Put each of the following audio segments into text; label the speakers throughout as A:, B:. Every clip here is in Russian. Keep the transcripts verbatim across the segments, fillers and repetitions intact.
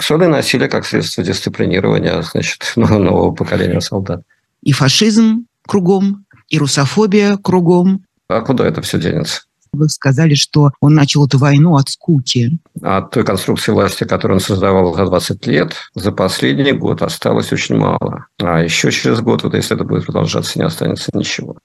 A: сексуальное насилие как средство дисциплинирования, значит, нового поколения солдат.
B: И фашизм кругом, и русофобия кругом.
A: А куда это все денется?
B: Вы сказали, что он начал эту войну от скуки.
A: От той конструкции власти, которую он создавал за двадцать лет, за последний год осталось очень мало. А еще через год, вот если это будет продолжаться, не останется ничего.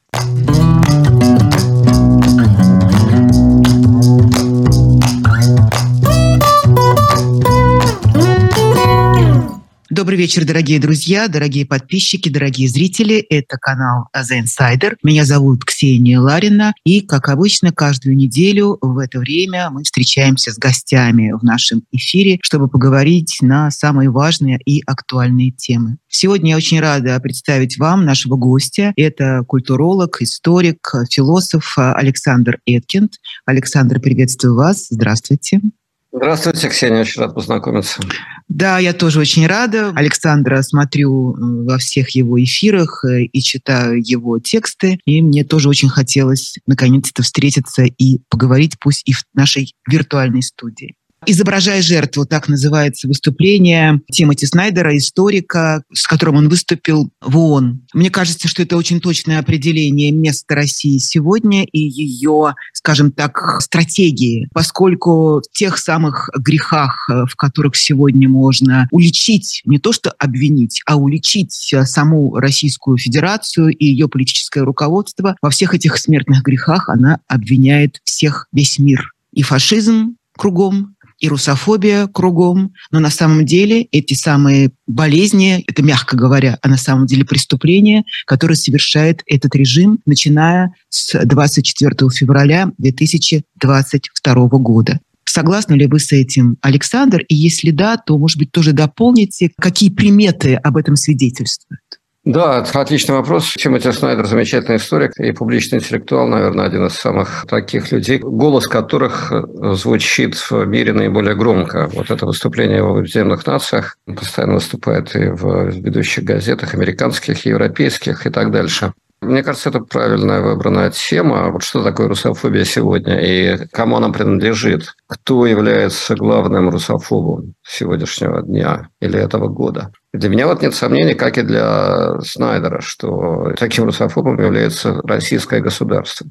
B: Добрый вечер, дорогие друзья, дорогие подписчики, дорогие зрители. Это канал The Insider. Меня зовут Ксения Ларина. И, как обычно, каждую неделю в это время мы встречаемся с гостями в нашем эфире, чтобы поговорить на самые важные и актуальные темы. Сегодня я очень рада представить вам нашего гостя. Это культуролог, историк, философ Александр Эткинд. Александр, приветствую вас. Здравствуйте.
A: Здравствуйте, Ксения, очень рад познакомиться.
B: Да, я тоже очень рада. Александра смотрю во всех его эфирах и читаю его тексты. И мне тоже очень хотелось наконец-то встретиться и поговорить, пусть и в нашей виртуальной студии. «Изображая жертву» — так называется выступление Тимоти Снайдера, историка, с которым он выступил в ООН. Мне кажется, что это очень точное определение места России сегодня и ее, скажем так, стратегии, поскольку в тех самых грехах, в которых сегодня можно уличить, не то что обвинить, а уличить саму Российскую Федерацию и ее политическое руководство, во всех этих смертных грехах она обвиняет всех, весь мир. И фашизм кругом, и русофобия кругом, но на самом деле эти самые болезни, это мягко говоря, а на самом деле преступления, которые совершает этот режим, начиная с двадцать четвёртого февраля две тысячи двадцать второго года. Согласны ли вы с этим, Александр? И если да, то, может быть, тоже дополните, какие приметы об этом свидетельствуют?
A: Да, это отличный вопрос. Тимоти Снайдер – замечательный историк и публичный интеллектуал, наверное, один из самых таких людей, голос которых звучит в мире наиболее громко. Вот это выступление его в Объединенных Нациях. Он постоянно выступает и в ведущих газетах, американских, европейских и так дальше. Мне кажется, это правильная выбранная тема. Вот что такое русофобия сегодня и кому она принадлежит? Кто является главным русофобом сегодняшнего дня или этого года? Для меня вот нет сомнений, как и для Снайдера, что таким русофобом является российское государство.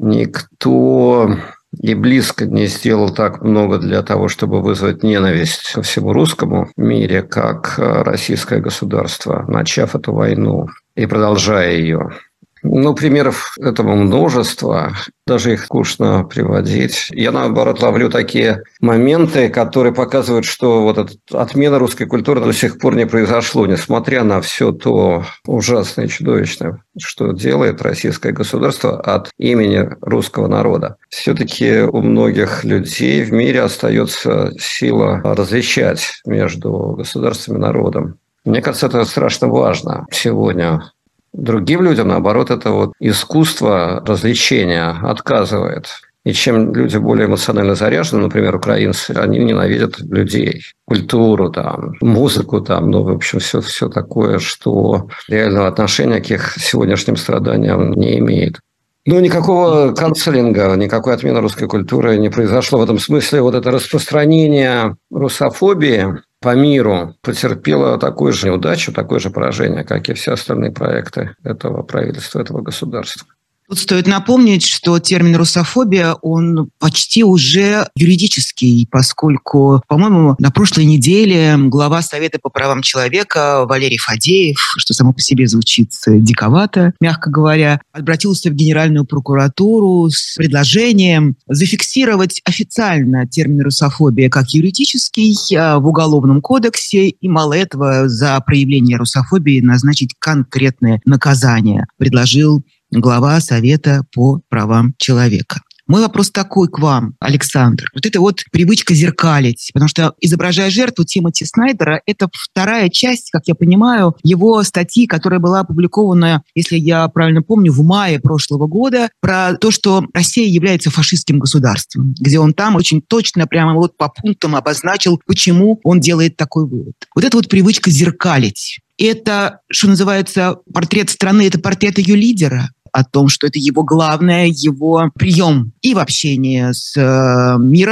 A: Никто и близко не сделал так много для того, чтобы вызвать ненависть ко всему русскому мире, как российское государство, начав эту войну и продолжая ее. Ну, примеров этому множество, даже их скучно приводить. Я, наоборот, ловлю такие моменты, которые показывают, что вот эта отмена русской культуры до сих пор не произошло, несмотря на все то ужасное и чудовищное, что делает российское государство от имени русского народа. Все-таки у многих людей в мире остается сила различать между государством и народом. Мне кажется, это страшно важно сегодня. Другим людям, наоборот, это вот искусство развлечения отказывает. И чем люди более эмоционально заряжены, например, украинцы, они ненавидят людей, культуру, там, музыку, там, ну, в общем, все, все такое, что реального отношения к их сегодняшним страданиям не имеет. Ну, никакого канцелинга, никакой отмены русской культуры не произошло. В этом смысле вот это распространение русофобии по миру потерпело такую же неудачу, такое же поражение, как и все остальные проекты этого правительства, этого государства.
B: Тут стоит напомнить, что термин «русофобия», он почти уже юридический, поскольку, по-моему, на прошлой неделе глава Совета по правам человека Валерий Фадеев, что само по себе звучит диковато, мягко говоря, обратился в Генеральную прокуратуру с предложением зафиксировать официально термин «русофобия» как юридический в Уголовном кодексе и, мало этого, за проявление русофобии назначить конкретное наказание, предложил глава Совета по правам человека. Мой вопрос такой к вам, Александр. Вот это вот привычка зеркалить, потому что «Изображая жертву» Тимоти Снайдера — это вторая часть, как я понимаю, его статьи, которая была опубликована, если я правильно помню, в мае прошлого года, про то, что Россия является фашистским государством, где он там очень точно прямо вот по пунктам обозначил, почему он делает такой вывод. Вот эта вот привычка зеркалить. Это, что называется, портрет страны, это портрет ее лидера, о том, что это его главное, его прием и в общении с э, миром,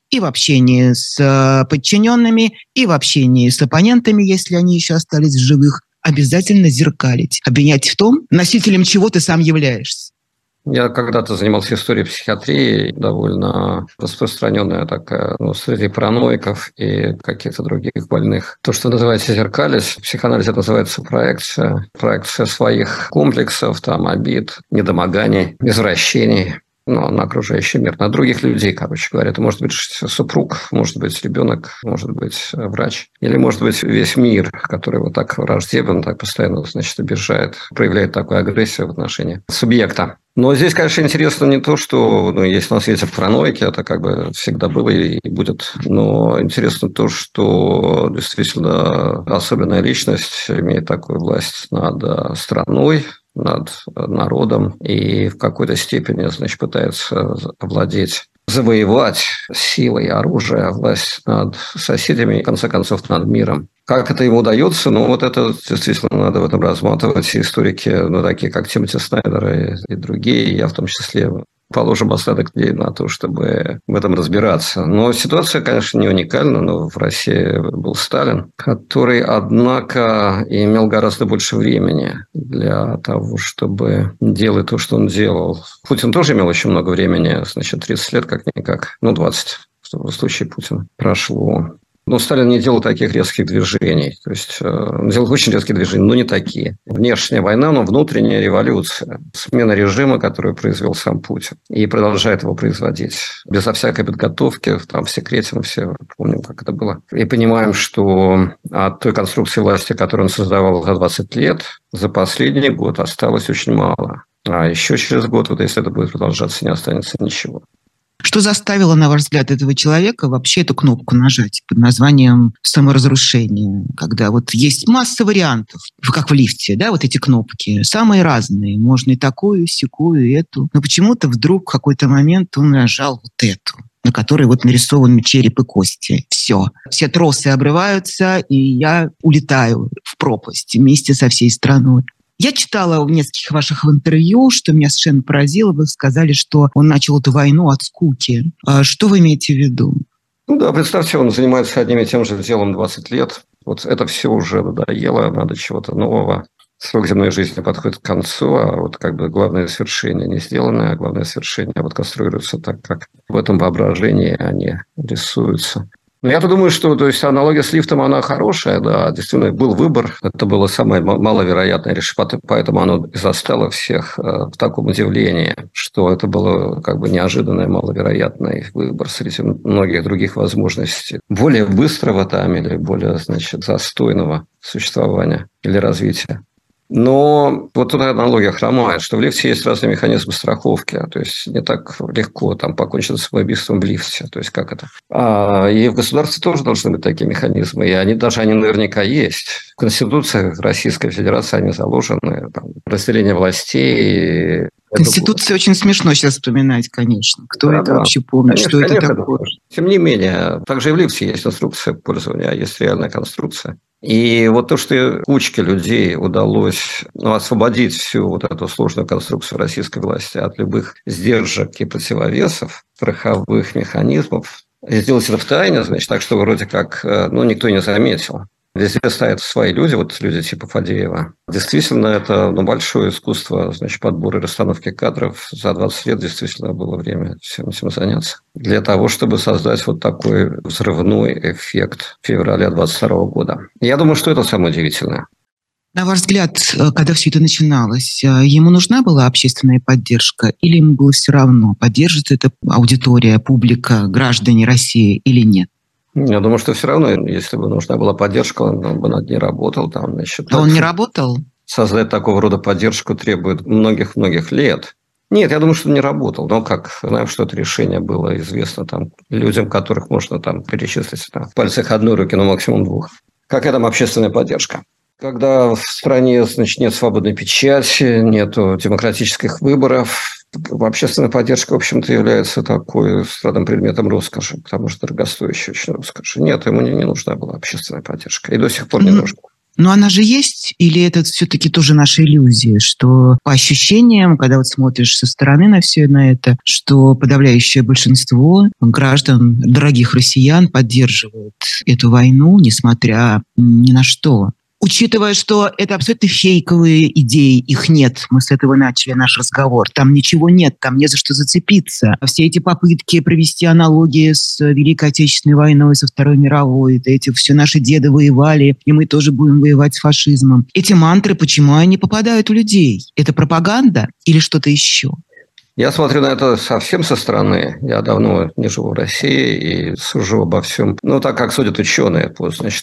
B: и в общении с подчиненными, и в общении с оппонентами, если они еще остались в живых, обязательно зеркалить, обвинять в том, носителем чего ты сам являешься.
A: Я когда-то занимался историей психиатрии, довольно распространенная такая, ну, среди параноиков и каких-то других больных. То, что называется зеркалить, в психоанализе это называется проекция. Проекция своих комплексов, там, обид, недомоганий, извращений, ну, на окружающий мир, на других людей, короче говоря. Это может быть супруг, может быть ребенок, может быть врач, или может быть весь мир, который вот так враждебен, так постоянно, значит, обижает, проявляет такую агрессию в отношении субъекта. Но здесь, конечно, интересно не то, что ну, есть на свете параноики, это как бы всегда было и будет, но интересно то, что действительно особенная личность имеет такую власть над страной, над народом и в какой-то степени, значит, пытается овладеть, завоевать силой оружия власть над соседями и, в конце концов, над миром. Как это ему удается? Ну, вот это действительно надо в этом разматывать. И историки, ну, такие как Тимоти Снайдер и, и другие, я в том числе, положим остаток дней на то, чтобы в этом разбираться. Но ситуация, конечно, не уникальна. Но в России был Сталин, который, однако, имел гораздо больше времени для того, чтобы делать то, что он делал. Путин тоже имел очень много времени, значит, тридцать лет как-никак, ну, двадцать в случае Путина прошло. Но Сталин не делал таких резких движений. То есть, он делал очень резкие движения, но не такие. Внешняя война, но внутренняя революция. Смена режима, которую произвел сам Путин. И продолжает его производить. Безо всякой подготовки, там в секрете, мы все помним, как это было. И понимаем, что от той конструкции власти, которую он создавал за двадцать лет, за последний год осталось очень мало. А еще через год, вот если это будет продолжаться, не останется ничего.
B: Что заставило, на ваш взгляд, этого человека вообще эту кнопку нажать под названием «саморазрушение», когда вот есть масса вариантов, как в лифте, да, вот эти кнопки, самые разные, можно и такую, сякую, и эту, но почему-то вдруг в какой-то момент он нажал вот эту, на которой вот нарисованы череп и кости. Все. Все тросы обрываются, и я улетаю в пропасть вместе со всей страной. Я читала в нескольких ваших интервью, что меня совершенно поразило. Вы сказали, что он начал эту войну от скуки. А что вы имеете в виду?
A: Ну да, представьте, он занимается одним и тем же делом двадцать лет. Вот это все уже надоело, надо чего-то нового. Срок земной жизни подходит к концу, а вот как бы главное свершение не сделано, а главное свершение вот конструируется так, как в этом воображении они рисуются. Ну, я-то думаю, что то есть, аналогия с лифтом, она хорошая, да, действительно, был выбор, это было самое маловероятное решение, поэтому оно и застало всех в таком удивлении, что это было как бы неожиданный, маловероятный выбор среди многих других возможностей, более быстрого там или более, значит, застойного существования или развития. Но вот тут аналогия хромает, что в лифте есть разные механизмы страховки. То есть не так легко там покончить с самоубийством в лифте. То есть как это? А, и в государстве тоже должны быть такие механизмы. И они даже они наверняка есть. В Конституции Российской Федерации они заложены. Там, разделение властей.
B: Конституция очень смешно сейчас вспоминать, конечно. Кто да, это да. вообще помнит, конечно, что это такое?
A: Тем не менее, также и в лифте есть инструкция пользования, есть реальная конструкция. И вот то, что кучке людей удалось ну, освободить всю вот эту сложную конструкцию российской власти от любых сдержек и противовесов, страховых механизмов, и сделать это в тайне, значит, так, что вроде как ну, никто не заметил. Везде стоят свои люди, вот люди типа Фадеева. Действительно, это ну, большое искусство, значит, подбора и расстановки кадров. За двадцать лет действительно было время всем этим заняться. Для того, чтобы создать вот такой взрывной эффект февраля двадцать второго года. Я думаю, что это самое удивительное.
B: На ваш взгляд, когда все это начиналось, ему нужна была общественная поддержка или ему было все равно, поддержит это аудитория, публика, граждане России или нет?
A: Я думаю, что все равно, если бы нужна была поддержка, он бы над ней работал. Там, значит,
B: а он не работал?
A: Создать такого рода поддержку требует многих-многих лет. Нет, я думаю, что не работал. Но как, знаем, что это решение было известно там, людям, которых можно там, перечислить там, в пальцах одной руки, но максимум двух. Какая там общественная поддержка? Когда в стране, значит, нет свободной печати, нет демократических выборов, общественная поддержка, в общем-то, является такой странным предметом роскоши, потому что дорогостоящей очень роскоши. Нет, ему не, не нужна была общественная поддержка. И до сих пор не нужна.
B: Но она же есть, или это все-таки тоже наша иллюзия, что по ощущениям, когда вот смотришь со стороны на все на это, что подавляющее большинство граждан, дорогих россиян, поддерживают эту войну, несмотря ни на что. Учитывая, что это абсолютно фейковые идеи, их нет. Мы с этого начали наш разговор. Там ничего нет, там не за что зацепиться. Все эти попытки провести аналогии с Великой Отечественной войной, со Второй мировой, эти все наши деды воевали, и мы тоже будем воевать с фашизмом. Эти мантры, почему они попадают у людей? Это пропаганда или что-то еще?
A: Я смотрю на это совсем со стороны. Я давно не живу в России и сужу обо всем. Ну, так как судят ученые, по, значит,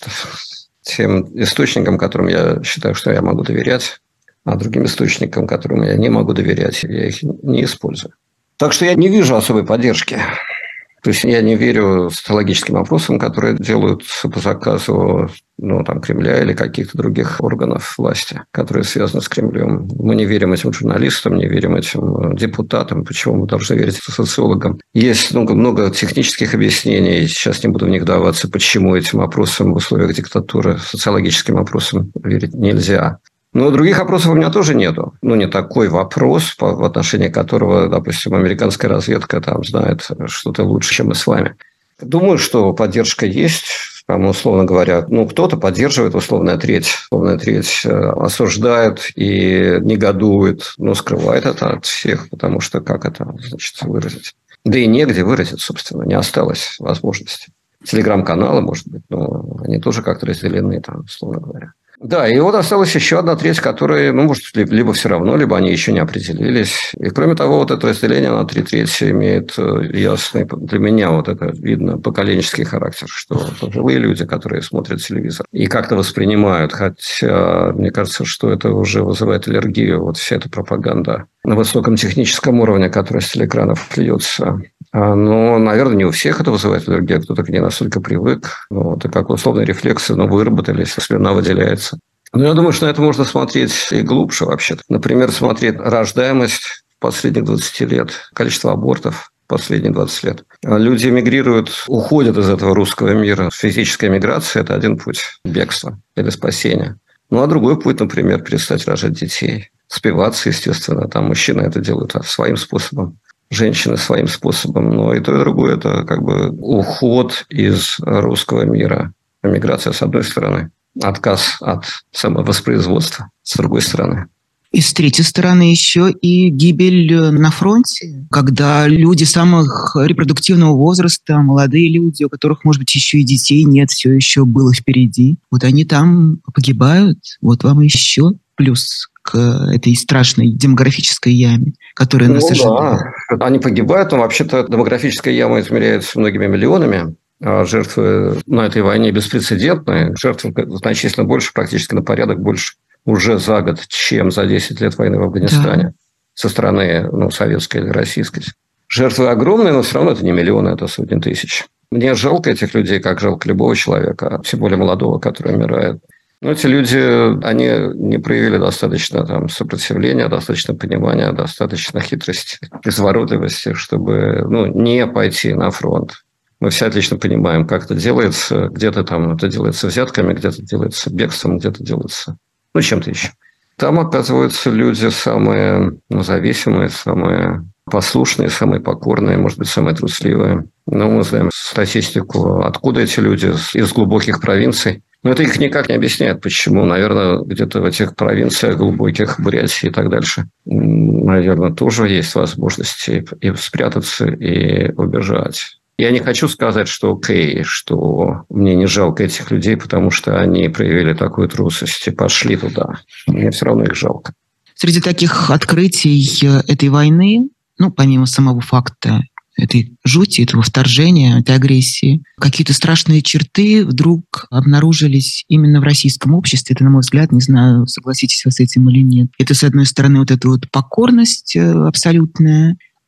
A: тем источникам, которым я считаю, что я могу доверять, а другим источникам, которым я не могу доверять, я их не использую. Так что я не вижу особой поддержки. То есть я не верю социологическим опросам, которые делаются по заказу ну, там, Кремля или каких-то других органов власти, которые связаны с Кремлем. Мы не верим этим журналистам, не верим этим депутатам. Почему мы должны верить социологам? Есть много, много технических объяснений. Сейчас не буду в них даваться, почему этим опросам в условиях диктатуры, социологическим опросам верить нельзя. Но других опросов у меня тоже нету. Ну, не такой вопрос, в отношении которого, допустим, американская разведка там знает что-то лучше, чем мы с вами. Думаю, что поддержка есть. Там, условно говоря, ну, кто-то поддерживает, условная треть. Условная треть осуждает и негодует, но скрывает это от всех, потому что как это, значит, выразить? Да и негде выразить, собственно, не осталось возможности. Телеграм-каналы, может быть, но они тоже как-то разделены, там, условно говоря. Да, и вот осталась еще одна треть, которые, ну, может, либо все равно, либо они еще не определились. И, кроме того, вот это разделение на три трети имеет ясный, для меня вот это видно, поколенческий характер, что пожилые люди, которые смотрят телевизор и как-то воспринимают, хотя мне кажется, что это уже вызывает аллергию, вот вся эта пропаганда на высоком техническом уровне, которая с телеэкранов льется. Но, наверное, не у всех это вызывает аллергию, кто-то к ней настолько привык. Вот, и как условные рефлексы, ну, выработались, слюна выделяется. Но я думаю, что на это можно смотреть и глубже вообще-то. Например, смотреть рождаемость последних двадцать лет, количество абортов последние двадцать лет. Люди эмигрируют, уходят из этого русского мира. Физическая миграция – это один путь бегства или спасения. Ну, а другой путь, например, перестать рожать детей. Спиваться, естественно. Там мужчины это делают своим способом. Женщины своим способом, но и то, и другое – это как бы уход из русского мира. Эмиграция с одной стороны, отказ от самовоспроизводства с другой стороны.
B: И с третьей стороны еще и гибель на фронте, когда люди самых репродуктивного возраста, молодые люди, у которых, может быть, еще и детей нет, все еще было впереди, вот они там погибают, вот вам еще плюс к этой страшной демографической яме, которая нас
A: ну,
B: ожидает.
A: Да. Они погибают, но вообще-то демографическая яма измеряется многими миллионами. А жертвы на этой войне беспрецедентные. Жертв значительно больше, практически на порядок больше уже за год, чем за десять лет войны в Афганистане. Да. Со стороны ну, советской или российской. Жертвы огромные, но все равно это не миллионы, это сотни тысяч. Мне жалко этих людей, как жалко любого человека, тем более молодого, который умирает. Но эти люди, они не проявили достаточно там, сопротивления, достаточно понимания, достаточно хитрости, изворотливости, чтобы ну, не пойти на фронт. Мы все отлично понимаем, как это делается. Где-то там это делается взятками, где-то делается бегством, где-то делается ну, чем-то еще. Там оказываются люди самые ну, зависимые, самые послушные, самые покорные, может быть, самые трусливые. Но мы знаем статистику, откуда эти люди, из глубоких провинций. Но это их никак не объясняет, почему. Наверное, где-то в этих провинциях глубоких, Бурятии и так дальше, наверное, тоже есть возможности и спрятаться, и убежать. Я не хочу сказать, что окей, что мне не жалко этих людей, потому что они проявили такую трусость и пошли туда. Мне все равно их жалко.
B: Среди таких открытий этой войны, ну, помимо самого факта этой жути, этого вторжения, этой агрессии, какие-то страшные черты вдруг обнаружились именно в российском обществе. Это, на мой взгляд, не знаю, согласитесь вы с этим или нет. Это, с одной стороны, вот эта вот покорность абсолютная,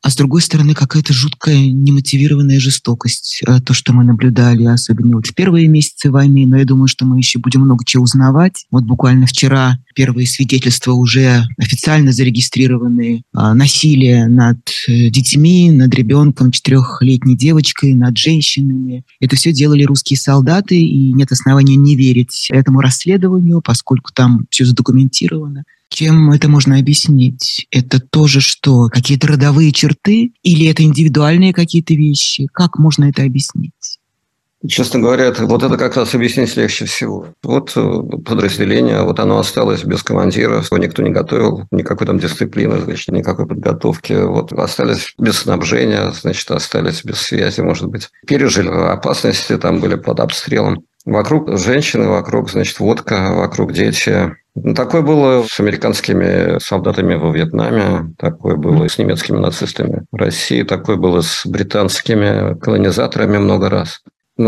B: а с другой стороны какая-то жуткая немотивированная жестокость. То, что мы наблюдали, особенно вот в первые месяцы войны, но я думаю, что мы еще будем много чего узнавать. Вот буквально вчера первые свидетельства уже официально зарегистрированы. Насилие над детьми, над ребенком, четырехлетней девочкой, над женщинами. Это все делали русские солдаты, и нет основания не верить этому расследованию, поскольку там все задокументировано. Чем это можно объяснить? Это тоже что? Какие-то родовые черты? Или это индивидуальные какие-то вещи? Как можно это объяснить?
A: Честно говоря, это, вот это как раз объяснить легче всего. Вот подразделение, вот оно осталось без командира, его никто не готовил, никакой там дисциплины, значит, никакой подготовки. Вот остались без снабжения, значит, остались без связи, может быть. Пережили опасности, там были под обстрелом. Вокруг женщины, вокруг, значит, водка, вокруг дети. Такое было с американскими солдатами во Вьетнаме, такое было и с немецкими нацистами в России, такое было с британскими колонизаторами много раз.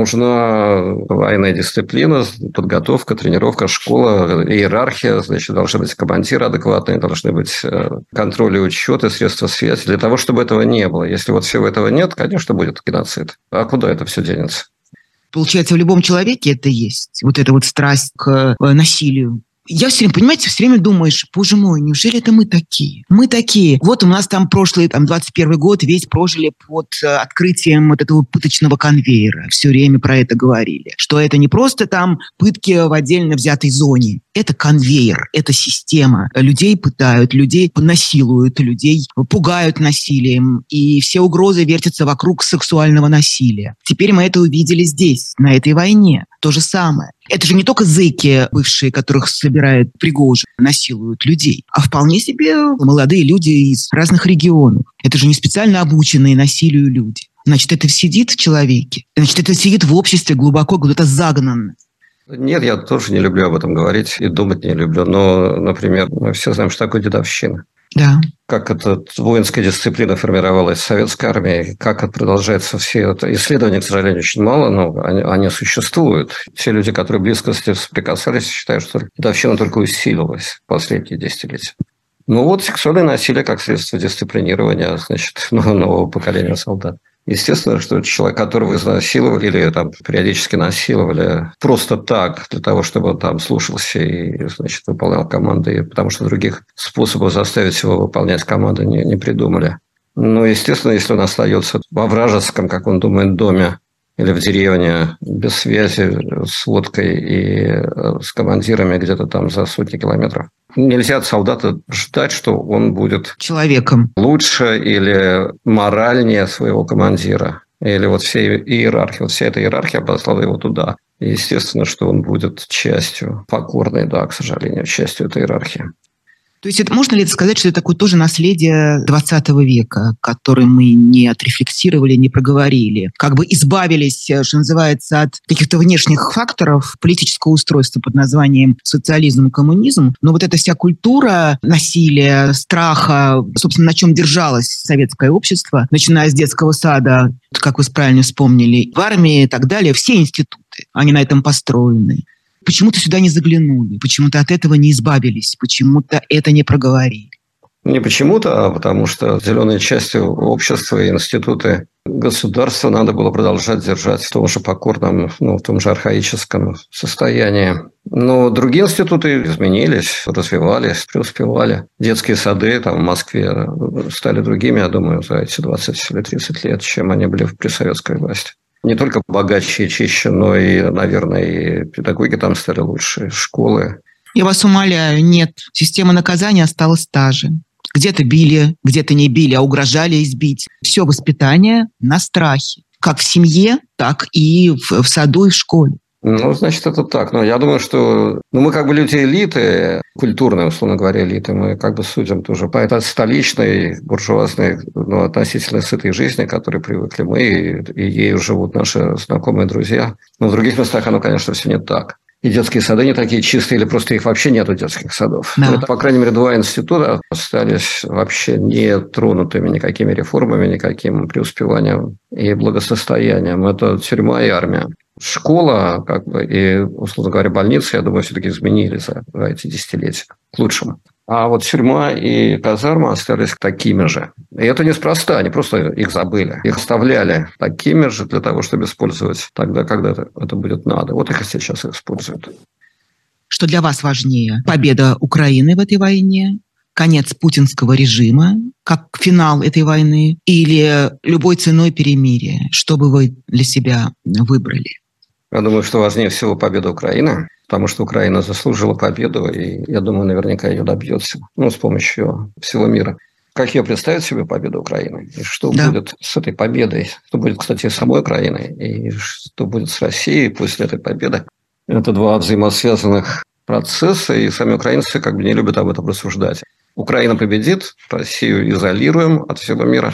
A: Нужна военная дисциплина, подготовка, тренировка, школа, иерархия, значит, должны быть командиры адекватные, должны быть контроль и учеты, средства связи. Для того, чтобы этого не было. Если вот всего этого нет, конечно, будет геноцид. А куда это все денется?
B: Получается, в любом человеке это есть. Вот эта вот страсть к насилию. Я все время, понимаете, все время думаешь, боже мой, неужели это мы такие? Мы такие. Вот у нас там прошлый, там, двадцать первый год весь прожили под открытием вот этого пыточного конвейера. Все время про это говорили. Что это не просто там пытки в отдельно взятой зоне. Это конвейер, это система. Людей пытают, людей насилуют, людей пугают насилием. И все угрозы вертятся вокруг сексуального насилия. Теперь мы это увидели здесь, на этой войне. То же самое. Это же не только зэки бывшие, которых собирает Пригожин, насилуют людей, а вполне себе молодые люди из разных регионов. Это же не специально обученные насилию люди. Значит, это сидит в человеке. Значит, это сидит в обществе глубоко, куда-то загнанно.
A: Нет, я тоже не люблю об этом говорить и думать не люблю. Но, например, мы все знаем, что такое дедовщина.
B: Да.
A: Как эта воинская дисциплина формировалась в советской армии, как это продолжается все это. Исследований, к сожалению, очень мало, но они, они существуют. Все люди, которые близко с этим соприкасались, считают, что дедовщина только усилилась в последние десятилетия. Ну вот сексуальное насилие как средство дисциплинирования, значит, нового поколения солдат. Естественно, что человек, которого изнасиловали или там периодически насиловали просто так, для того, чтобы он там слушался и, значит, выполнял команды, потому что других способов заставить его выполнять команды не, не придумали. Ну, естественно, если он остается во вражеском, как он думает, доме или в деревне, без связи с водкой и с командирами где-то там за сотни километров, нельзя от солдата ждать, что он будет
B: человеком
A: лучше или моральнее своего командира. Или вот всей иерархии. Вот вся эта иерархия послала его туда. И естественно, что он будет частью, покорной, да, к сожалению, частью этой иерархии.
B: То есть это, можно ли это сказать, что это такое тоже наследие двадцатого века, которое мы не отрефлексировали, не проговорили? Как бы избавились, что называется, от каких-то внешних факторов политического устройства под названием социализм и коммунизм. Но вот эта вся культура насилия, страха, собственно, на чем держалось советское общество, начиная с детского сада, как вы правильно вспомнили, в армии и так далее, все институты, они на этом построены. Почему-то сюда не заглянули, почему-то от этого не избавились, почему-то это не проговорили.
A: Не почему-то, а потому что зеленые части общества и институты государства надо было продолжать держать в том же покорном, ну, в том же архаическом состоянии. Но другие институты изменились, развивались, преуспевали. Детские сады там, в Москве стали другими, я думаю, за эти двадцать или тридцать лет, чем они были при советской власти. Не только богаче и чище, но и, наверное, и педагоги там стали лучше, школы.
B: Я вас умоляю, нет. Система наказания осталась та же. Где-то били, где-то не били, а угрожали избить. Все воспитание на страхе. Как в семье, так и в, в саду и в школе.
A: Ну, значит, это так. Но я думаю, что ну, мы как бы люди элиты, культурные, условно говоря, элиты, мы как бы судим тоже по этой столичной, буржуазной, ну, относительно сытой жизни, к которой привыкли мы, и, и ею живут наши знакомые друзья. Но в других местах оно, конечно, все не так. И детские сады не такие чистые, или просто их вообще нету, детских садов. Да. Это, по крайней мере, два института остались вообще не тронутыми никакими реформами, никаким преуспеванием и благосостоянием. Это тюрьма и армия. Школа, как бы, и, условно говоря, больницы, я думаю, все-таки изменили за, за эти десятилетия к лучшему. А вот тюрьма и казарма остались такими же. И это неспроста, они просто их забыли. Их оставляли такими же для того, чтобы использовать тогда, когда это, это будет надо. Вот их и сейчас используют.
B: Что для вас важнее? Победа Украины в этой войне? Конец путинского режима, как финал этой войны? Или любой ценой перемирие? Что бы вы для себя выбрали?
A: Я думаю, что важнее всего победа Украины, потому что Украина заслужила победу, и, я думаю, наверняка ее добьется. Ну, с помощью всего мира. Как ее представить себе победу Украины? И что да. будет с этой победой? Что будет, кстати, с самой Украиной? И что будет с Россией после этой победы? Это два взаимосвязанных процесса, и сами украинцы как бы не любят об этом рассуждать. Украина победит, Россию изолируем от всего мира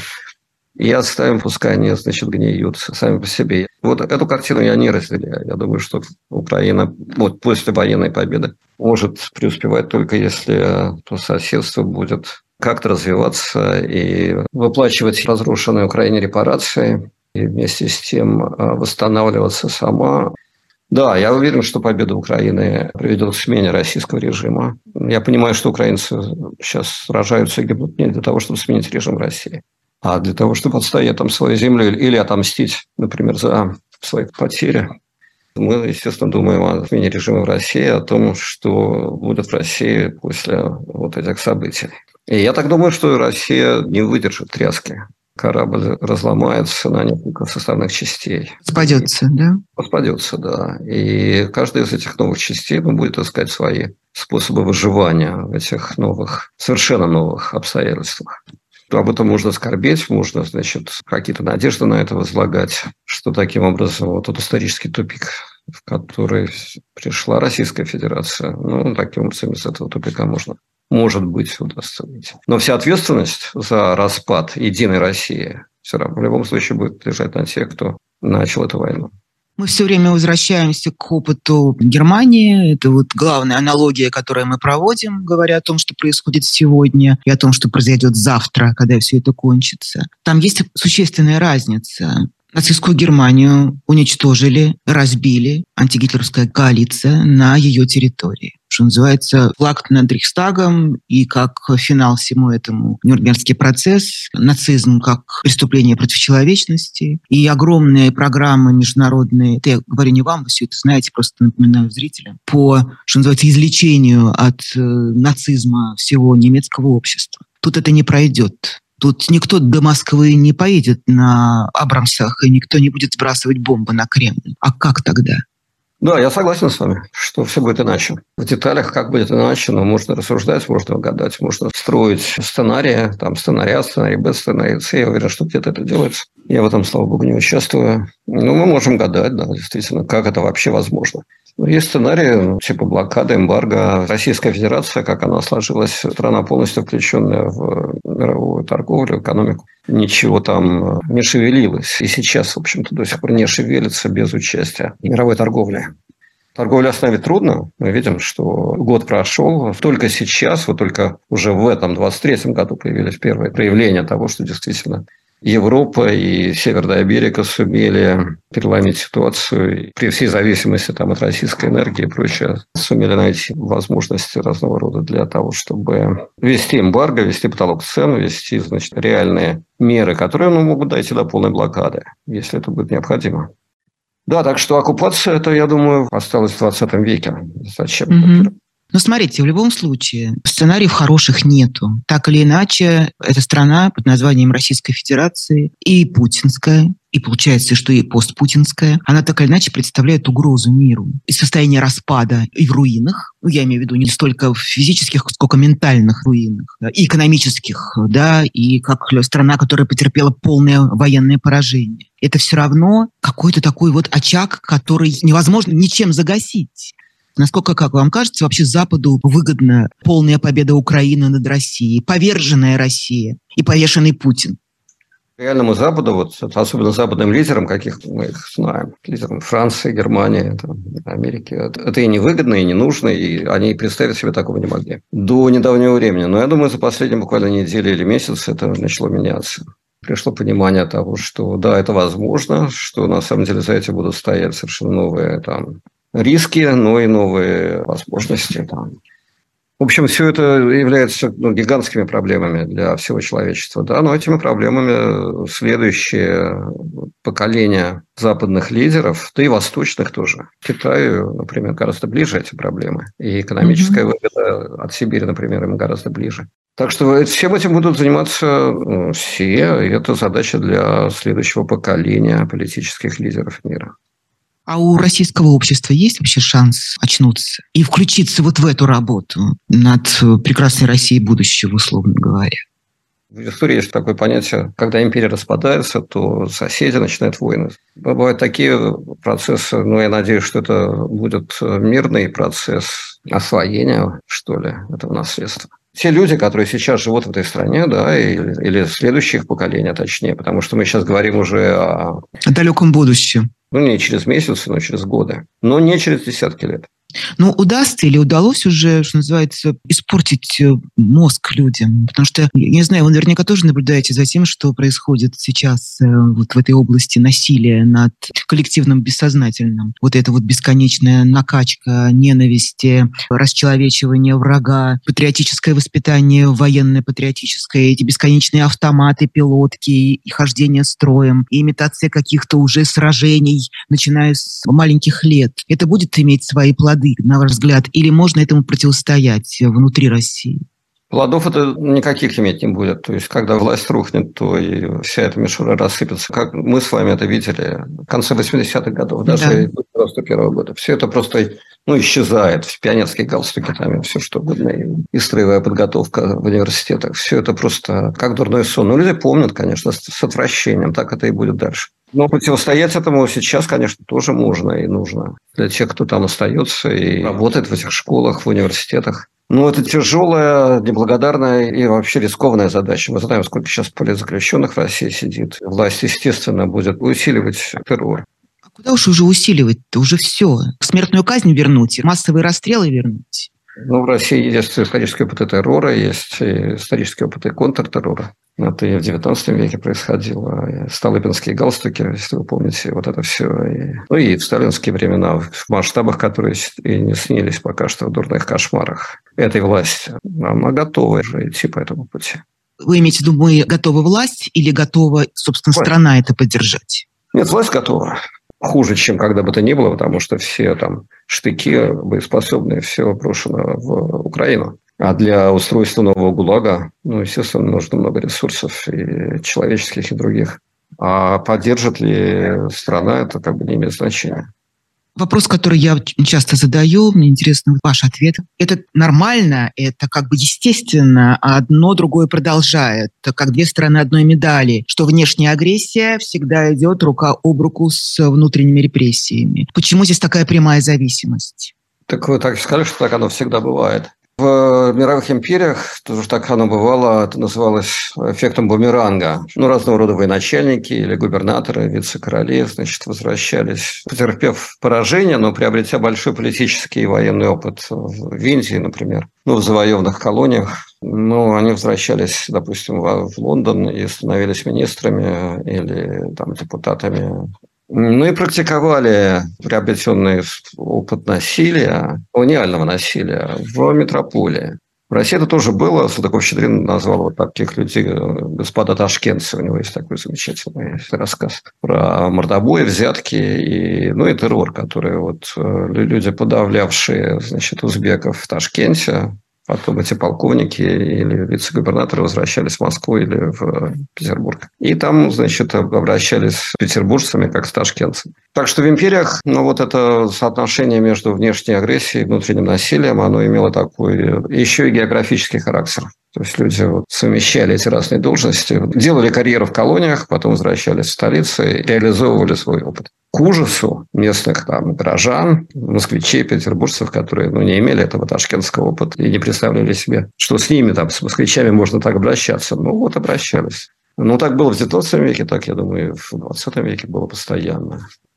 A: и оставим, пускай они, значит, гниют сами по себе. Вот эту картину я не разделяю. Я думаю, что Украина вот после военной победы может преуспевать только если то соседство будет как-то развиваться и выплачивать разрушенные Украине репарации, и вместе с тем восстанавливаться сама. Да, я уверен, что победа Украины приведет к смене российского режима. Я понимаю, что украинцы сейчас сражаются и гибнут не для того, чтобы сменить режим России, а для того, чтобы отстоять там свою землю или отомстить, например, за свои потери. Мы, естественно, думаем о смене режима в России, о том, что будет в России после вот этих событий. И я так думаю, что Россия не выдержит тряски. Корабль разломается на несколько составных частей.
B: Распадется, да?
A: Распадется, да. И каждая из этих новых частей ну, будет искать свои способы выживания в этих новых, совершенно новых обстоятельствах. Об этом можно скорбеть, можно, значит, какие-то надежды на это возлагать, что таким образом вот тот исторический тупик, в который пришла Российская Федерация, ну, таким образом из этого тупика можно, может быть, удастся выйти. Но вся ответственность за распад единой России все равно в любом случае будет лежать на тех, кто начал эту войну.
B: Мы все время возвращаемся к опыту Германии. Это вот главная аналогия, которую мы проводим, говоря о том, что происходит сегодня, и о том, что произойдет завтра, когда все это кончится. Там есть существенная разница. Нацистскую Германию уничтожили, разбили антигитлеровская коалиция на ее территории. Что называется, флаг над Рейхстагом, и как финал всему этому Нюрнбергский процесс, нацизм как преступление против человечности, и огромные программы международные, это я говорю не вам, вы все это знаете, просто напоминаю зрителям, по, что называется, излечению от э, нацизма всего немецкого общества. Тут это не пройдет. Тут никто до Москвы не поедет на Абрамсах, и никто не будет сбрасывать бомбы на Кремль. А как тогда?
A: Да, я согласен с вами, что все будет иначе. В деталях как будет иначе, но можно рассуждать, можно угадать, можно строить сценарии, там сценарий А, сценарий Б, сценарий С. Я уверен, что где-то это делается. Я в этом, слава богу, не участвую. Но мы можем гадать, да, действительно, как это вообще возможно. Есть сценарии типа блокады, эмбарго. Российская Федерация, как она сложилась, страна полностью включенная в мировую торговлю, экономику. Ничего там не шевелилось. И сейчас, в общем-то, до сих пор не шевелится без участия мировой торговли. Торговлю остановить трудно. Мы видим, что год прошел. Только сейчас, вот только уже в этом двадцать третьем году появились первые проявления того, что действительно Европа и Северная Америка сумели переломить ситуацию. При всей зависимости там, от российской энергии и прочее, сумели найти возможности разного рода для того, чтобы ввести эмбарго, ввести потолок цен, ввести, значит, реальные меры, которые ну, могут дойти до полной блокады, если это будет необходимо. Да, так что оккупация, это, я думаю, осталась в двадцатом веке. Зачем?
B: Mm-hmm. Но смотрите, в любом случае сценариев хороших нету. Так или иначе, эта страна под названием Российской Федерации и путинская, и получается, что и постпутинская, она так или иначе представляет угрозу миру. И состояние распада и в руинах, ну, я имею в виду не столько в физических, сколько ментальных руинах, и экономических, да, и как страна, которая потерпела полное военное поражение. Это все равно какой-то такой вот очаг, который невозможно ничем загасить. Насколько, как вам кажется, вообще Западу выгодна полная победа Украины над Россией, поверженная Россия и повешенный Путин?
A: Реальному Западу, вот, особенно западным лидерам, каких мы их знаем, лидерам Франции, Германии, там, Америки, это, это и не выгодно, и не нужно, и они представить себе такого не могли до недавнего времени. Но я думаю, за последние буквально недели или месяц это начало меняться. Пришло понимание того, что да, это возможно, что на самом деле за этим будут стоять совершенно новые там риски, но и новые возможности. Там. В общем, все это является ну, гигантскими проблемами для всего человечества. Да? Но этими проблемами следующее поколение западных лидеров, да и восточных тоже. Китаю, например, гораздо ближе эти проблемы. И экономическая mm-hmm. выгода от Сибири, например, им гораздо ближе. Так что всем этим будут заниматься ну, все. И это задача для следующего поколения политических лидеров мира.
B: А у российского общества есть вообще шанс очнуться и включиться вот в эту работу над прекрасной Россией будущего, условно говоря?
A: В истории есть такое понятие, когда империя распадается, то соседи начинают войны. Бывают такие процессы, но я надеюсь, что это будет мирный процесс освоения, что ли, этого наследства. Те люди, которые сейчас живут в этой стране, да, или, или следующих поколений, точнее, потому что мы сейчас говорим уже о...
B: О далеком будущем.
A: Ну, не через месяцы, но через годы. Но не через десятки лет.
B: Ну, удастся или удалось уже, что называется, испортить мозг людям? Потому что, я не знаю, вы наверняка тоже наблюдаете за тем, что происходит сейчас вот в этой области насилия над коллективным бессознательным. Вот эта вот бесконечная накачка ненависти, расчеловечивание врага, патриотическое воспитание, военное патриотическое, эти бесконечные автоматы, пилотки и хождение строем, и имитация каких-то уже сражений, начиная с маленьких лет. Это будет иметь свои плоды, на ваш взгляд, или можно этому противостоять внутри России?
A: Плодов это никаких иметь не будет. То есть, когда власть рухнет, то и вся эта мишура рассыпется. Как мы с вами это видели в конце восьмидесятых годов, даже да. девяносто первого года. Все это просто ну, исчезает. В пионерские галстуки, там, и все что угодно. И строевая подготовка в университетах. Все это просто как дурной сон. Но люди помнят, конечно, с отвращением. Так это и будет дальше. Но противостоять этому сейчас, конечно, тоже можно и нужно. Для тех, кто там остается и работает в этих школах, в университетах. Ну, это тяжелая, неблагодарная и вообще рискованная задача. Мы знаем, сколько сейчас политзаключенных в России сидит. Власть, естественно, будет усиливать террор.
B: А куда уж уже усиливать-то? Уже все. Смертную казнь вернуть, массовые расстрелы вернуть.
A: Ну, в России есть исторический опыт террора, есть исторический опыт и контртеррора. Это и в девятнадцатом веке происходило. И столыпинские галстуки, если вы помните, вот это все. И, ну, и в сталинские времена в масштабах, которые и не снились пока что в дурных кошмарах этой власти. Она готова же идти по этому пути.
B: Вы имеете в виду, мы готовы власть или готова, собственно, власть. Страна это поддержать?
A: Нет, власть готова. Хуже, чем когда бы то ни было, потому что все там штыки боеспособные, все брошено в Украину. А для устройства нового ГУЛАГа, ну, естественно, нужно много ресурсов и человеческих, и других. А поддержит ли страна, это как бы не имеет значения.
B: Вопрос, который я часто задаю, мне интересно ваш ответ. Это нормально, это как бы естественно, а одно другое продолжает. Это как две стороны одной медали, что внешняя агрессия всегда идет рука об руку с внутренними репрессиями. Почему здесь такая прямая зависимость?
A: Так вы так сказали, что так оно всегда бывает. В мировых империях тоже так оно бывало, это называлось эффектом бумеранга. Ну, разного рода военачальники или губернаторы, вице-короли, значит, возвращались, потерпев поражение, но приобретя большой политический и военный опыт в Индии, например, ну, в завоеванных колониях. Ну, они возвращались, допустим, в Лондон и становились министрами или там, депутатами. Ну и практиковали приобретенный опыт насилия, колониального насилия в метрополии. В России это тоже было. Салтыков-Щедрин назвал вот таких людей господа ташкентцы. У него есть такой замечательный рассказ про мордобои, взятки и, ну, и террор, который вот люди, подавлявшие, значит, узбеков в Ташкенте. Потом эти полковники или вице-губернаторы возвращались в Москву или в Петербург. И там, значит, обращались с петербуржцами, как с ташкентцами. Так что в империях, ну, вот это соотношение между внешней агрессией и внутренним насилием, оно имело такой еще и географический характер. То есть люди вот совмещали эти разные должности, делали карьеру в колониях, потом возвращались в столицы и реализовывали свой опыт. К ужасу местных там горожан, москвичей, петербуржцев, которые ну, не имели этого ташкентского опыта и не представляли себе, что с ними, там, с москвичами можно так обращаться. Ну, вот обращались. Ну, так было в девятнадцатом веке, так, я думаю, в двадцатом веке было постоянно.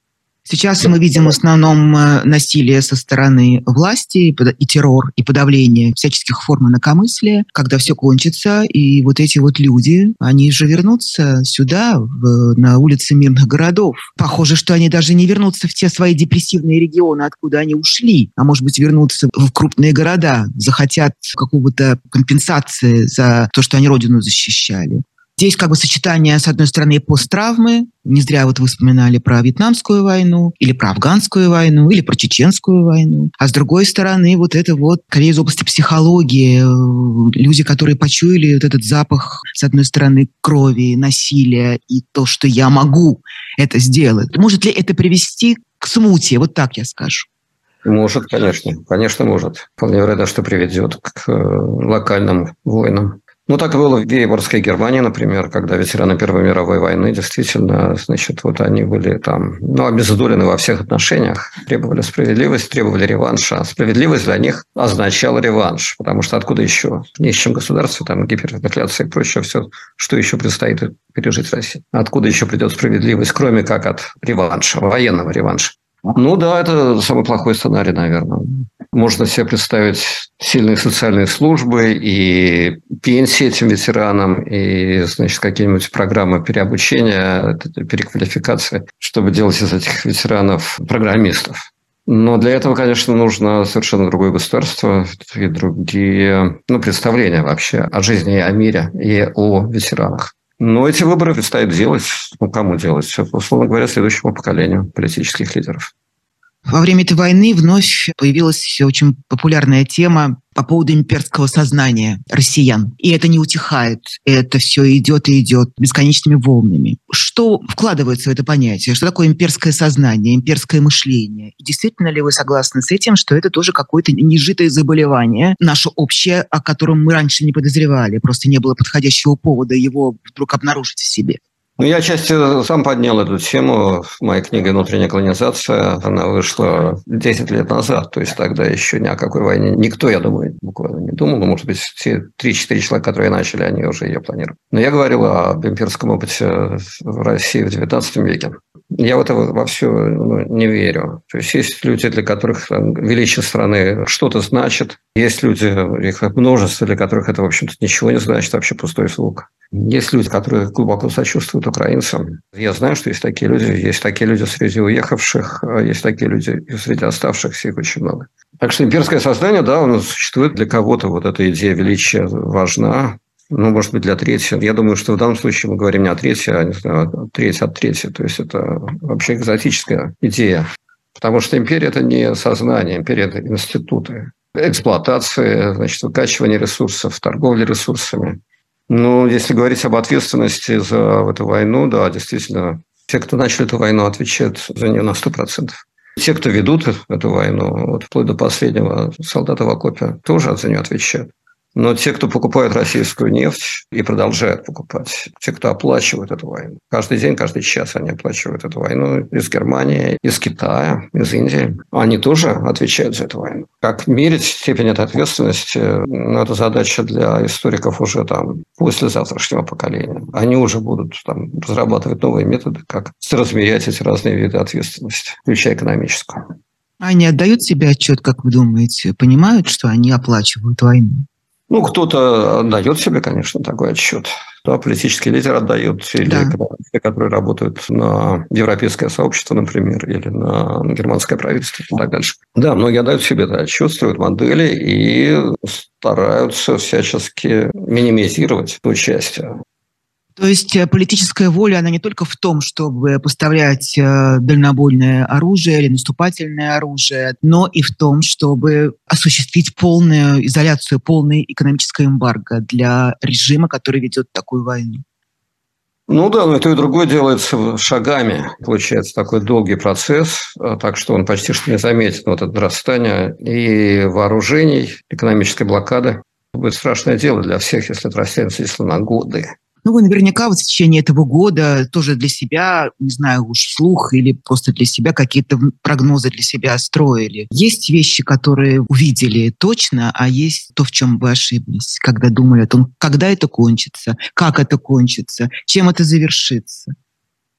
B: Сейчас мы видим в основном насилие со стороны власти и террор, и подавление всяческих форм инакомыслия. Когда все кончится, и вот эти вот люди, они же вернутся сюда, в, на улицы мирных городов. Похоже, что они даже не вернутся в те свои депрессивные регионы, откуда они ушли, а может быть вернутся в крупные города, захотят какого-то компенсации за то, что они родину защищали. Здесь как бы сочетание, с одной стороны, посттравмы. Не зря вот вы вспоминали про Вьетнамскую войну, или про Афганскую войну, или про Чеченскую войну. А с другой стороны, вот это вот, скорее, из области психологии. Люди, которые почуяли вот этот запах, с одной стороны, крови, насилия и то, что я могу это сделать. Может ли это привести к смуте? Вот так я скажу.
A: Может, конечно. Конечно, может. Вполне вероятно, что приведет к локальным войнам. Ну, так было в Веймарской Германии, например, когда ветераны Первой мировой войны действительно, значит, вот они были там, ну, обездолены во всех отношениях, требовали справедливости, требовали реванша. А справедливость для них означала реванш, потому что откуда еще? В нищем государстве, там, гиперинфляция и прочее, все, что еще предстоит пережить России. Откуда еще придет справедливость, кроме как от реванша, военного реванша? Ну да, это самый плохой сценарий, наверное. Можно себе представить сильные социальные службы и пенсии этим ветеранам, и, значит, какие-нибудь программы переобучения, переквалификации, чтобы делать из этих ветеранов программистов. Но для этого, конечно, нужно совершенно другое государство и другие, ну, представления вообще о жизни и о мире, и о ветеранах. Но эти выборы предстоит делать. Ну, кому делать? Условно говоря, следующему поколению политических лидеров.
B: Во время этой войны вновь появилась очень популярная тема по поводу имперского сознания россиян. И это не утихает. Это все идет и идет бесконечными волнами. Что вкладывается в это понятие? Что такое имперское сознание, имперское мышление? И действительно ли вы согласны с этим, что это тоже какое-то нежитое заболевание, наше общее, о котором мы раньше не подозревали? Просто не было подходящего повода его вдруг обнаружить в себе.
A: Ну, я отчасти сам поднял эту тему. Моя книга «Внутренняя колонизация», она вышла десять лет назад. То есть тогда еще ни о какой войне никто, я думаю, буквально не думал. Но, может быть, те три-четыре человека, которые начали, они уже ее планировали. Но я говорил об имперском опыте в России в девятнадцатом веке. Я в это во все ну, не верю. То есть есть люди, для которых там, величие страны что-то значит. Есть люди, их множество, для которых это, в общем-то, ничего не значит, вообще пустой звук. Есть люди, которые глубоко сочувствуют украинцам. Я знаю, что есть такие люди. Есть такие люди среди уехавших, есть такие люди и среди оставшихся, их очень много. Так что имперское сознание, да, оно существует. Для кого-то вот эта идея величия важна. Ну, может быть, для трети. Я думаю, что в данном случае мы говорим не о трети, а не знаю, треть от трети. То есть это вообще экзотическая идея. Потому что империя – это не сознание, империя – это институты. Эксплуатация, значит, выкачивание ресурсов, торговля ресурсами. Ну, если говорить об ответственности за эту войну, да, действительно, те, кто начали эту войну, отвечают за нее на сто процентов. Те, кто ведут эту войну, вот, вплоть до последнего солдата в окопе, тоже за нее отвечают. Но те, кто покупают российскую нефть и продолжают покупать, те, кто оплачивают эту войну, каждый день, каждый час они оплачивают эту войну из Германии, из Китая, из Индии, они тоже отвечают за эту войну. Как мерить степень этой ответственности, ну, это задача для историков уже там после завтрашнего поколения. Они уже будут там разрабатывать новые методы, как размерять эти разные виды ответственности, включая экономическую.
B: Они отдают себе отчет, как вы думаете, понимают, что они оплачивают войну?
A: Ну, кто-то отдает себе, конечно, такой отчет. Да, политические лидеры отдают, или да. Экономисты, которые работают на европейское сообщество, например, или на германское правительство и так дальше. Да, многие отдают себе этот отчет, строят модели и стараются всячески минимизировать участие.
B: То есть политическая воля, она не только в том, чтобы поставлять дальнобойное оружие или наступательное оружие, но и в том, чтобы осуществить полную изоляцию, полное экономическое эмбарго для режима, который ведет такую войну.
A: Ну да, но и то, и другое делается шагами. Получается такой долгий процесс, так что он почти что не заметен. Вот это нарастание и вооружений, экономической блокады. Это будет страшное дело для всех, если это растянется на годы.
B: Ну, вы наверняка вот в течение этого года тоже для себя, не знаю уж вслух или просто для себя какие-то прогнозы для себя строили. Есть вещи, которые увидели точно, а есть то, в чем вы ошиблись, когда думали о том, когда это кончится, как это кончится, чем это завершится.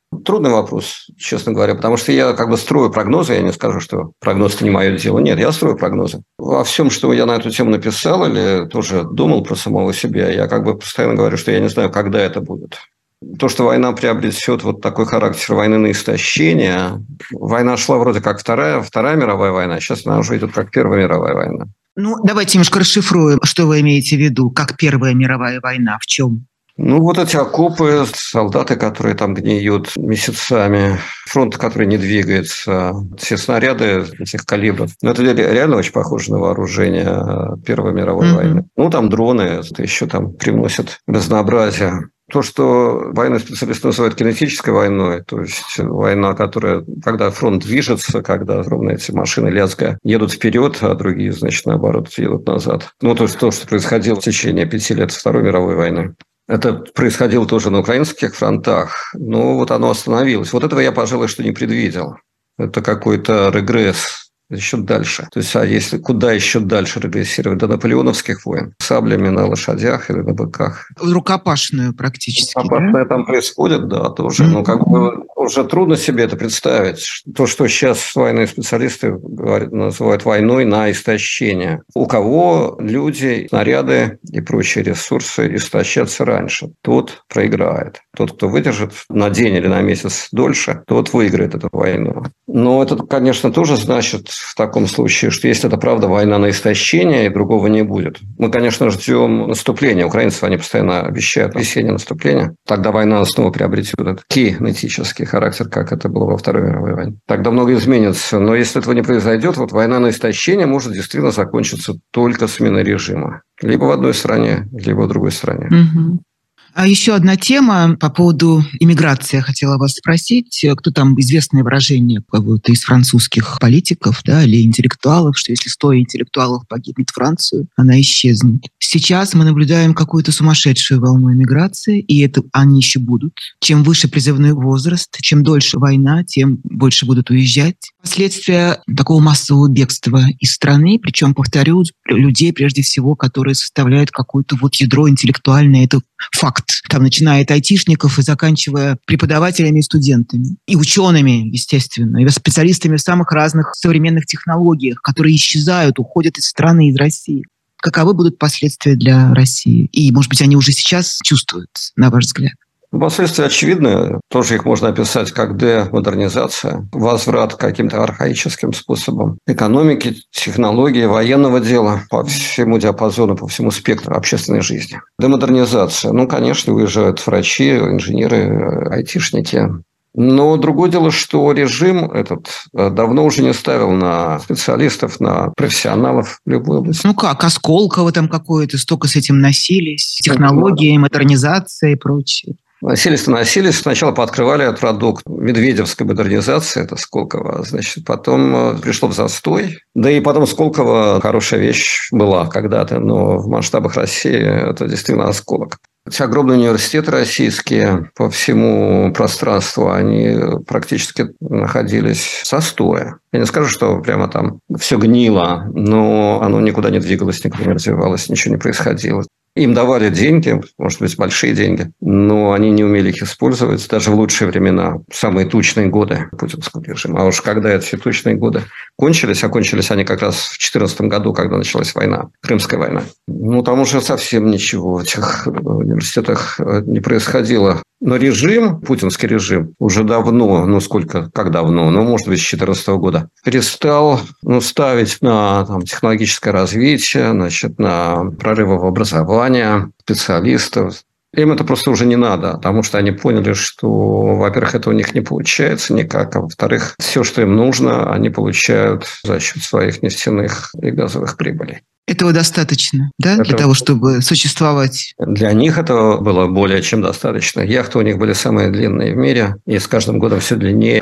A: Трудный вопрос, честно говоря, потому что я как бы строю прогнозы, я не скажу, что прогноз – это не мое дело. Нет, я строю прогнозы. Во всем, что я на эту тему написал или тоже думал про самого себя, я как бы постоянно говорю, что я не знаю, когда это будет. То, что война приобретет вот такой характер войны на истощение, война шла вроде как вторая, вторая мировая война, сейчас она уже идет как Первая мировая война.
B: Ну, давайте немножко расшифруем, что вы имеете в виду, как Первая мировая война, в чем?
A: Ну, вот эти окопы, солдаты, которые там гниют месяцами, фронт, который не двигается, все снаряды этих калибров. Ну, это реально очень похоже на вооружение Первой мировой mm-hmm. войны. Ну, там дроны, это еще там привносят разнообразие. То, что военные специалисты называют кинетической войной, то есть война, которая, когда фронт движется, когда ровно эти машины лязга едут вперед, а другие, значит, наоборот, едут назад. Ну, то есть то, что происходило в течение пяти лет Второй мировой войны. Это происходило тоже на украинских фронтах, но вот оно остановилось. Вот этого я, пожалуй, что не предвидел. Это какой-то регресс еще дальше. То есть, а если куда еще дальше регрессировать? До наполеоновских войн. Саблями на лошадях или на быках.
B: Рукопашную практически,
A: Рукопашная
B: да?
A: там происходит, да, тоже. Mm-hmm. Но как бы уже трудно себе это представить. То, что сейчас военные специалисты говорят, называют войной на истощение. У кого люди, снаряды и прочие ресурсы истощатся раньше, тот проиграет. Тот, кто выдержит на день или на месяц дольше, тот выиграет эту войну. Но это, конечно, тоже значит в таком случае, что если это правда война на истощение, и другого не будет. Мы, конечно, ждем наступления. Украинцев они постоянно обещают весеннее наступление. Тогда война снова приобретет этот кинетический характер, как это было во Второй мировой войне. Тогда многое изменится. Но если этого не произойдет, вот война на истощение может действительно закончиться только сменой режима. Либо в одной стране, либо в другой стране.
B: Угу. А еще одна тема по поводу иммиграции. Я хотела вас спросить, кто там известное выражение кого-то из французских политиков, да, или интеллектуалов, что если сто интеллектуалов погибнет Францию, она исчезнет. Сейчас мы наблюдаем какую-то сумасшедшую волну иммиграции, и это они еще будут. Чем выше призывной возраст, чем дольше война, тем больше будут уезжать. Последствия такого массового бегства из страны, причем, повторю, людей, прежде всего, которые составляют какое-то вот ядро интеллектуальное, это факт. Там, начиная от айтишников и заканчивая преподавателями и студентами. И учеными, естественно, и специалистами в самых разных современных технологиях, которые исчезают, уходят из страны, из России. Каковы будут последствия для России? И, может быть, они уже сейчас чувствуются, на ваш взгляд?
A: Последствия очевидны. Тоже их можно описать как демодернизация, возврат к каким-то архаическим способам экономики, технологии, военного дела по всему диапазону, по всему спектру общественной жизни. Демодернизация. Ну, конечно, уезжают врачи, инженеры, айтишники. Но другое дело, что режим этот давно уже не ставил на специалистов, на профессионалов в любой области.
B: Ну как, Осколково там какое-то, столько с этим носились, технологии, модернизация и прочее.
A: Носились-то носились. Сначала пооткрывали продукт медведевской модернизации, это Сколково. Значит, потом пришло в застой. Да и потом Сколково хорошая вещь была когда-то, но в масштабах России это действительно осколок. Эти огромные университеты российские по всему пространству, они практически находились в застое. Я не скажу, что прямо там все гнило, но оно никуда не двигалось, никуда не развивалось, ничего не происходило. Им давали деньги, может быть, большие деньги, но они не умели их использовать даже в лучшие времена, самые тучные годы путинского режима. А уж когда эти тучные годы кончились, а кончились они как раз в две тысячи четырнадцатом году, когда началась война, Крымская война. Ну, там уже совсем ничего в этих университетах не происходило. Но режим, путинский режим, уже давно, ну сколько, как давно, ну, может быть, с две тысячи четырнадцатого года, перестал ну, ставить на там, технологическое развитие, значит, на прорывы в образовании специалистов. Им это просто уже не надо, потому что они поняли, что, во-первых, это у них не получается никак, а во-вторых, все, что им нужно, они получают за счет своих нефтяных и газовых прибылей.
B: Этого достаточно, да,
A: это...
B: для того, чтобы существовать?
A: Для них этого было более чем достаточно. Яхты у них были самые длинные в мире, и с каждым годом все длиннее.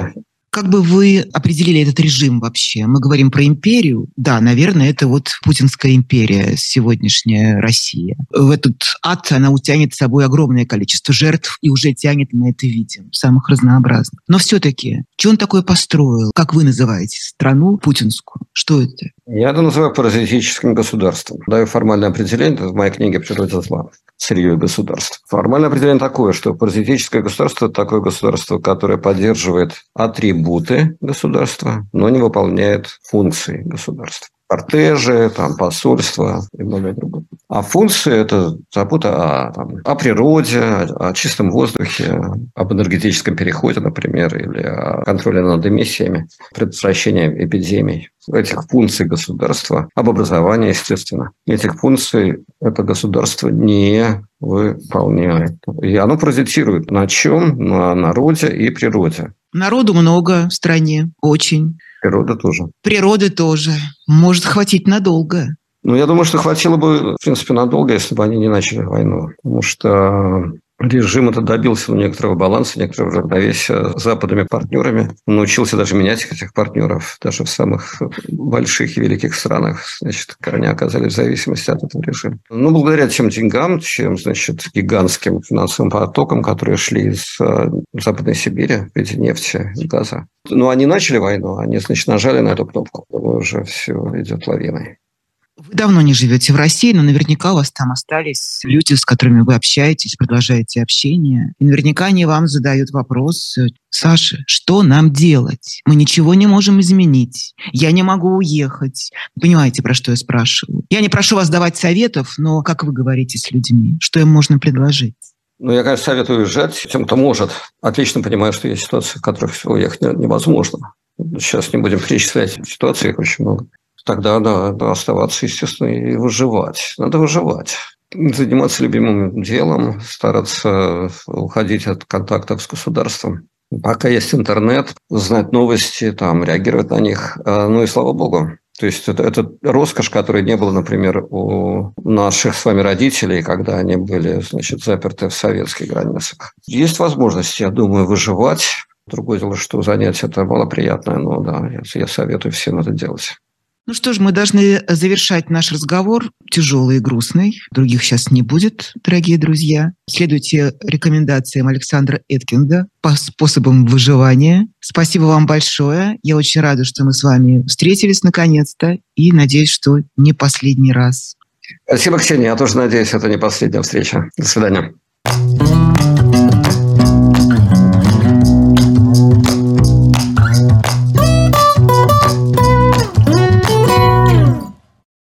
B: Как бы вы определили этот режим вообще? Мы говорим про империю. Да, наверное, это вот путинская империя, сегодняшняя Россия. В этот ад она утянет с собой огромное количество жертв и уже тянет, мы это видим, самых разнообразных. Но все-таки, что он такое построил? Как вы называете страну путинскую? Что это?
A: Я это называю паразитическим государством. Даю формальное определение, это в моей книге «Природа зла. Сырье государств». Формальное определение такое, что паразитическое государство – это такое государство, которое поддерживает атрибуты государства, но не выполняет функции государства. Кортежи, там, посольства и многое другое. А функции – это забота о, там, о природе, о, о чистом воздухе, об энергетическом переходе, например, или о контроле над эмиссиями, предотвращении эпидемий. Этих функций государства, об образовании, естественно. Этих функций это государство не выполняет. И оно паразитирует на чем? На народе и природе.
B: Народу много в стране, очень.
A: Природа тоже.
B: Природы тоже. Может хватить надолго.
A: Ну, я думаю, что хватило бы, в принципе, надолго, если бы они не начали войну. Потому что режим это добился некоторого баланса, некоторого равновесия с западными партнерами. Он научился даже менять этих партнеров. Даже в самых больших и великих странах, значит, они оказались в зависимости от этого режима. Ну, благодаря тем деньгам, тем, значит, гигантским финансовым потокам, которые шли из Западной Сибири в виде нефти и газа. Но они начали войну, они, значит, нажали на эту кнопку. Уже все идет лавиной.
B: Вы давно не живете в России, но наверняка у вас там остались люди, с которыми вы общаетесь, продолжаете общение. И наверняка они вам задают вопрос: Саша, что нам делать? Мы ничего не можем изменить. Я не могу уехать. Понимаете, про что я спрашиваю? Я не прошу вас давать советов, но как вы говорите с людьми? Что им можно предложить?
A: Ну, я, конечно, советую уезжать тем, кто может. Отлично понимаю, что есть ситуации, в которых уехать невозможно. Сейчас не будем перечислять ситуации, их очень много. Тогда надо оставаться, естественно, и выживать. Надо выживать. Заниматься любимым делом, стараться уходить от контактов с государством. Пока есть интернет, знать новости, там, реагировать на них. Ну и слава богу. То есть это, это роскошь, которой не было, например, у наших с вами родителей, когда они были, значит, заперты в советских границах. Есть возможность, я думаю, выживать. Другое дело, что занятие это малоприятное, но да, я, я советую всем это делать.
B: Ну что ж, мы должны завершать наш разговор, тяжелый и грустный. Других сейчас не будет, дорогие друзья. Следуйте рекомендациям Александра Эткинда по способам выживания. Спасибо вам большое. Я очень рада, что мы с вами встретились наконец-то. И надеюсь, что не последний раз.
A: Спасибо, Ксения. Я тоже надеюсь, это не последняя встреча. До свидания.